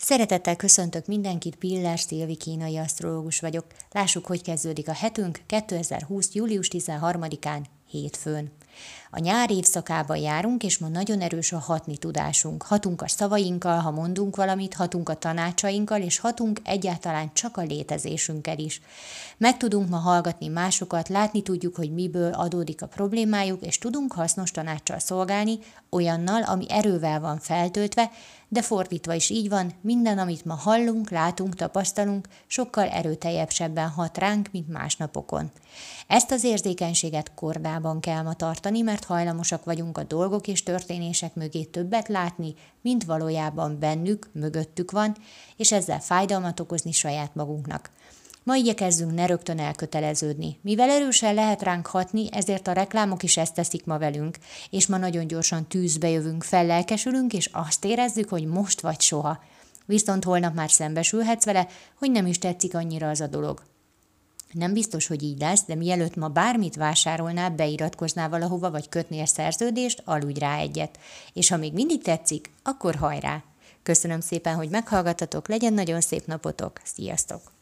Szeretettel köszöntök mindenkit, Piller Szilvi kínai asztrológus vagyok. Lássuk, hogy kezdődik a hetünk 2020. július 13-án, hétfőn. A nyár évszakában járunk, és ma nagyon erős a hatni tudásunk. Hatunk a szavainkkal, ha mondunk valamit, hatunk a tanácsainkkal, és hatunk egyáltalán csak a létezésünkkel is. Meg tudunk ma hallgatni másokat, látni tudjuk, hogy miből adódik a problémájuk, és tudunk hasznos tanáccsal szolgálni, olyannal, ami erővel van feltöltve, de fordítva is így van, minden, amit ma hallunk, látunk, tapasztalunk, sokkal erőteljesebben hat ránk, mint más napokon. Ezt az érzékenységet kordában kell ma tartani, mert hajlamosak vagyunk a dolgok és történések mögé többet látni, mint valójában bennük, mögöttük van, és ezzel fájdalmat okozni saját magunknak. Ma igyekezzünk ne rögtön elköteleződni. Mivel erősen lehet ránk hatni, ezért a reklámok is ezt teszik ma velünk, és ma nagyon gyorsan tűzbe jövünk, fellelkesülünk, és azt érezzük, hogy most vagy soha. Viszont holnap már szembesülhetsz vele, hogy nem is tetszik annyira az a dolog. Nem biztos, hogy így lesz, de mielőtt ma bármit vásárolnál, beiratkoznál valahova, vagy kötnél szerződést, aludj rá egyet. És ha még mindig tetszik, akkor hajrá! Köszönöm szépen, hogy meghallgattatok, legyen nagyon szép napotok, sziasztok!